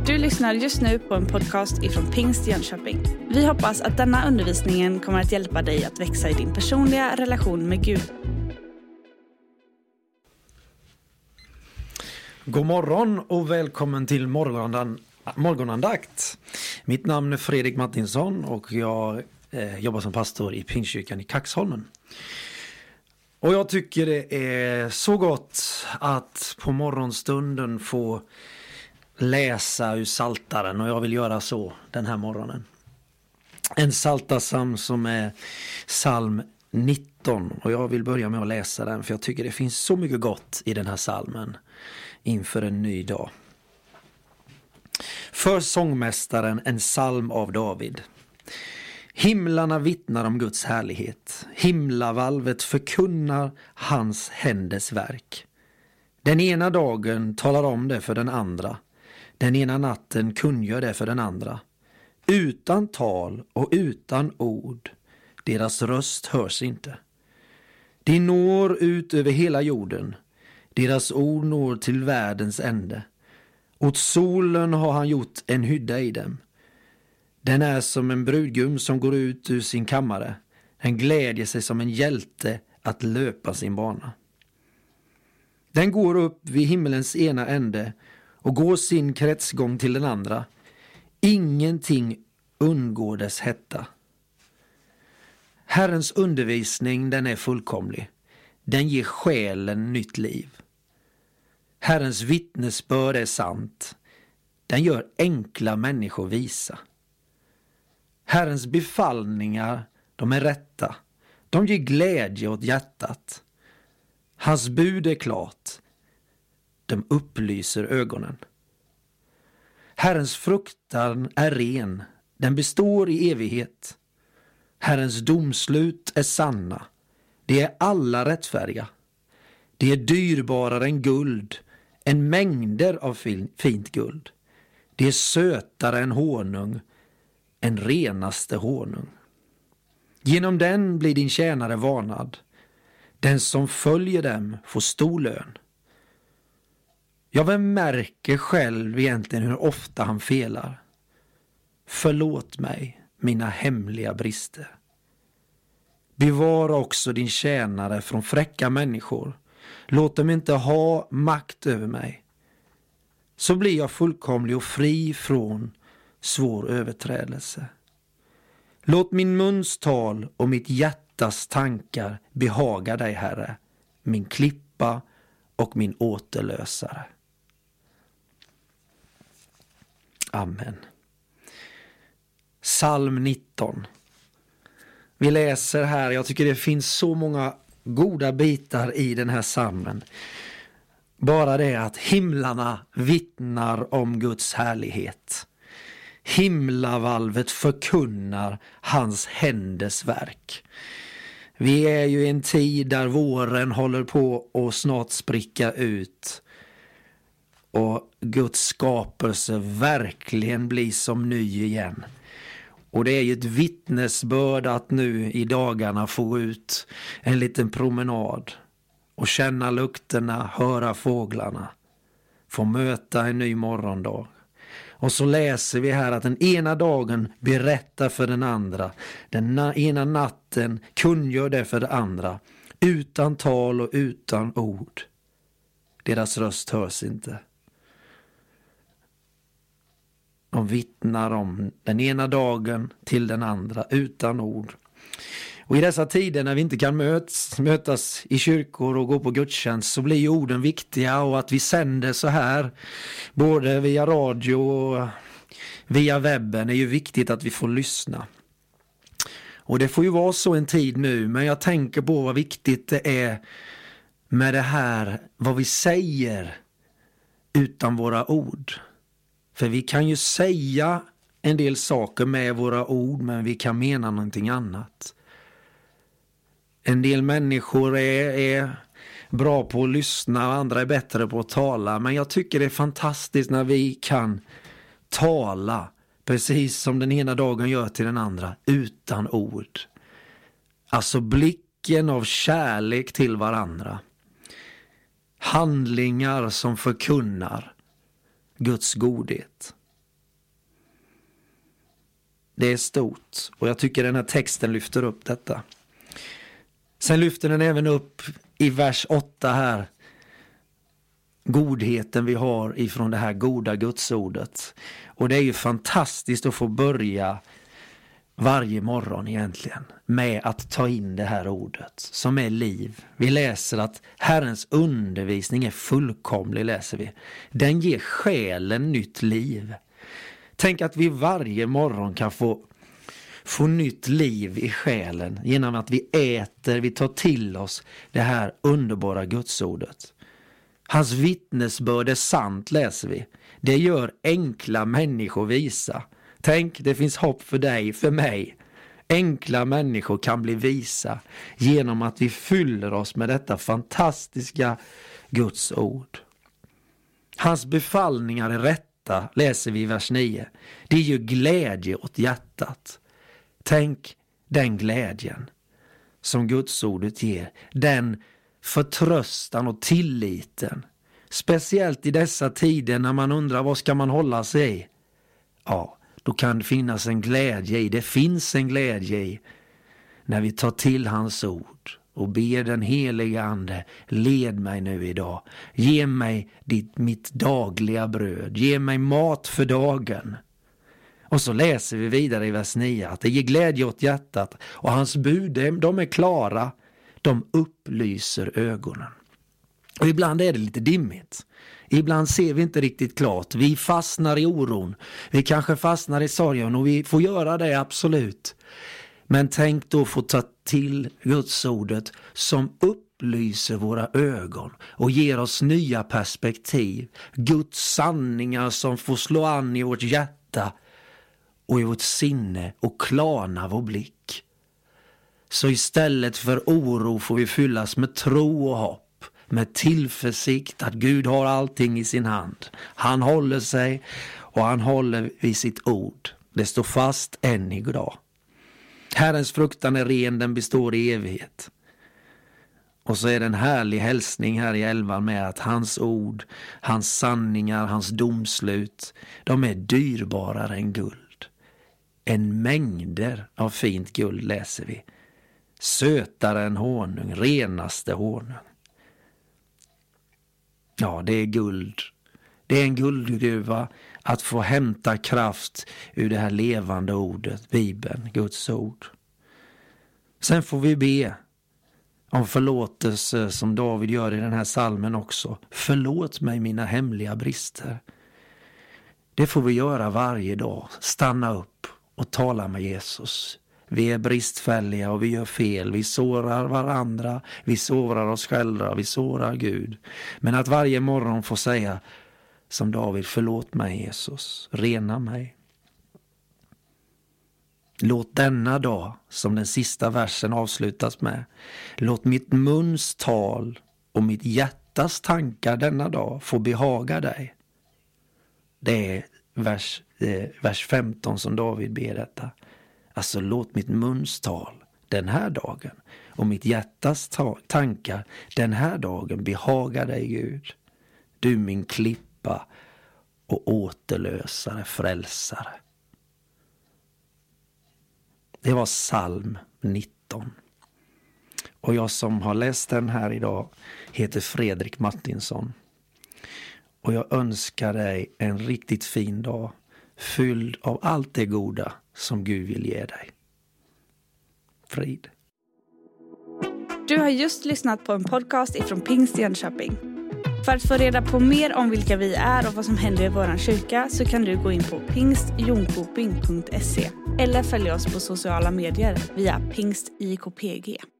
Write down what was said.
Du lyssnar just nu på en podcast ifrån Pingst Jönköping. Vi hoppas att denna undervisning kommer att hjälpa dig att växa i din personliga relation med Gud. God morgon och välkommen till morgonandakt. Mitt namn är Fredrik Martinsson och jag jobbar som pastor i Pingstkyrkan i Kaxholmen. Och jag tycker det är så gott att på morgonstunden få läsa ur Psaltaren, och jag vill göra så den här morgonen. En psaltarpsalm som är psalm 19, och jag vill börja med att läsa den för jag tycker det finns så mycket gott i den här psalmen inför en ny dag. För sångmästaren, en psalm av David. Himlarna vittnar om Guds härlighet. Himlavalvet förkunnar hans händers verk. Den ena dagen talar om det för den andra. Den ena natten kungör det för den andra. Utan tal och utan ord. Deras röst hörs inte. De når ut över hela jorden. Deras ord når till världens ände. Åt solen har han gjort en hydda i dem. Den är som en brudgum som går ut ur sin kammare. Den glädjer sig som en hjälte att löpa sin bana. Den går upp vid himmelens ena ände och går sin kretsgång till den andra. Ingenting undgår dess hetta. Herrens undervisning, den är fullkomlig. Den ger själen nytt liv. Herrens vittnesbörd är sant. Den gör enkla människor visa. Herrens befallningar, de är rätta. De ger glädje åt hjärtat. Hans bud är klart. De upplyser ögonen. Herrens fruktan är ren. Den består i evighet. Herrens domslut är sanna. Det är alla rättfärdiga. Det är dyrbarare än guld, en mängder av fint guld. Det är sötare än honung, en renaste honung. Genom den blir din tjänare varnad. Den som följer dem får stor lön. Jag märker själv egentligen hur ofta han felar. Förlåt mig mina hemliga brister. Bevara också din tjänare från fräcka människor. Låt dem inte ha makt över mig. Så blir jag fullkomlig och fri från svår överträdelse. Låt min muns tal och mitt hjärtas tankar behaga dig, Herre, min klippa och min återlösare. Amen. Psalm 19. Vi läser här, jag tycker det finns så många goda bitar i den här psalmen. Bara det att himlarna vittnar om Guds härlighet. Himlavalvet förkunnar hans händers verk. Vi är ju i en tid där våren håller på att snart spricka ut. Och Guds skapelse verkligen blir som ny igen. Och det är ju ett vittnesbörd att nu i dagarna få ut en liten promenad och känna lukterna, höra fåglarna, få möta en ny morgondag. Och så läser vi här att den ena dagen berättar för den andra, den ena natten kungör det för den andra, utan tal och utan ord. Deras röst hörs inte. De vittnar om den ena dagen till den andra utan ord. Och i dessa tider när vi inte kan mötas i kyrkor och gå på gudstjänst så blir ju orden viktiga, och att vi sänder så här både via radio och via webben är ju viktigt att vi får lyssna. Och det får ju vara så en tid nu, men jag tänker på vad viktigt det är med det här, vad vi säger utan våra ord. För vi kan ju säga en del saker med våra ord, men vi kan mena någonting annat. En del människor är bra på att lyssna och andra är bättre på att tala. Men jag tycker det är fantastiskt när vi kan tala precis som den ena dagen gör till den andra utan ord. Alltså blicken av kärlek till varandra. Handlingar som förkunnar Guds godhet. Det är stort och jag tycker den här texten lyfter upp detta. Sen lyfter den även upp i vers 8 här godheten vi har ifrån det här goda gudsordet. Och det är ju fantastiskt att få börja varje morgon egentligen med att ta in det här ordet som är liv. Vi läser att Herrens undervisning är fullkomlig, läser vi. Den ger själen nytt liv. Tänk att vi varje morgon kan få nytt liv i själen genom att vi äter, vi tar till oss det här underbara gudsordet. Hans vittnesbörd är sant, läser vi. Det gör enkla människor visa. Tänk, det finns hopp för dig, för mig. Enkla människor kan bli visa genom att vi fyller oss med detta fantastiska Guds ord. Hans befallningar är rätta, läser vi i vers 9. Det är ju glädje åt hjärtat. Tänk den glädjen som Guds ordet ger. Den förtröstan och tilliten. Speciellt i dessa tider när man undrar vad ska man hålla sig i. Ja, då kan det finnas en glädje i. Det finns en glädje i när vi tar till hans ord och ber den heliga ande, led mig nu idag. Ge mig mitt dagliga bröd. Ge mig mat för dagen. Och så läser vi vidare i vers 9 att det ger glädje åt hjärtat och hans bud, de är klara. De upplyser ögonen. Och ibland är det lite dimmigt. Ibland ser vi inte riktigt klart. Vi fastnar i oron. Vi kanske fastnar i sorgen och vi får göra det absolut. Men tänk då få ta till Guds ordet som upplyser våra ögon och ger oss nya perspektiv. Guds sanningar som får slå an i vårt hjärta och i vårt sinne och klarna vår blick. Så istället för oro får vi fyllas med tro och hopp, med tillförsikt att Gud har allting i sin hand. Han håller sig och han håller vid sitt ord. Det står fast än idag. Herrens fruktan är ren, den består i evighet. Och så är det en härlig hälsning här i 11 med att hans ord, hans sanningar, hans domslut, de är dyrbarare än guld. En mängder av fint guld läser vi. Sötare än honung, renaste honung. Ja, det är guld. Det är en guldgruva att få hämta kraft ur det här levande ordet, Bibeln, Guds ord. Sen får vi be om förlåtelse som David gör i den här salmen också. Förlåt mig mina hemliga brister. Det får vi göra varje dag. Stanna upp och tala med Jesus. Vi är bristfälliga och vi gör fel. Vi sårar varandra, vi sårar oss själva, vi sårar Gud. Men att varje morgon få säga som David, förlåt mig Jesus, rena mig. Låt denna dag, som den sista versen avslutas med, låt mitt muns tal och mitt hjärtas tankar denna dag få behaga dig. Det är vers 15 som David ber detta. Alltså låt mitt muns tal den här dagen och mitt hjärtas tankar den här dagen behaga dig Gud. Du min klippa och återlösare, frälsare. Det var psalm 19. Och jag som har läst den här idag heter Fredrik Martinsson. Och jag önskar dig en riktigt fin dag fylld av allt det goda som Gud vill ge dig. Frid. Du har just lyssnat på en podcast ifrån Pingst Jönköping. För att få reda på mer om vilka vi är och vad som händer i våran kyrka så kan du gå in på pingstjonkoping.se eller följa oss på sociala medier via pingstjkpg.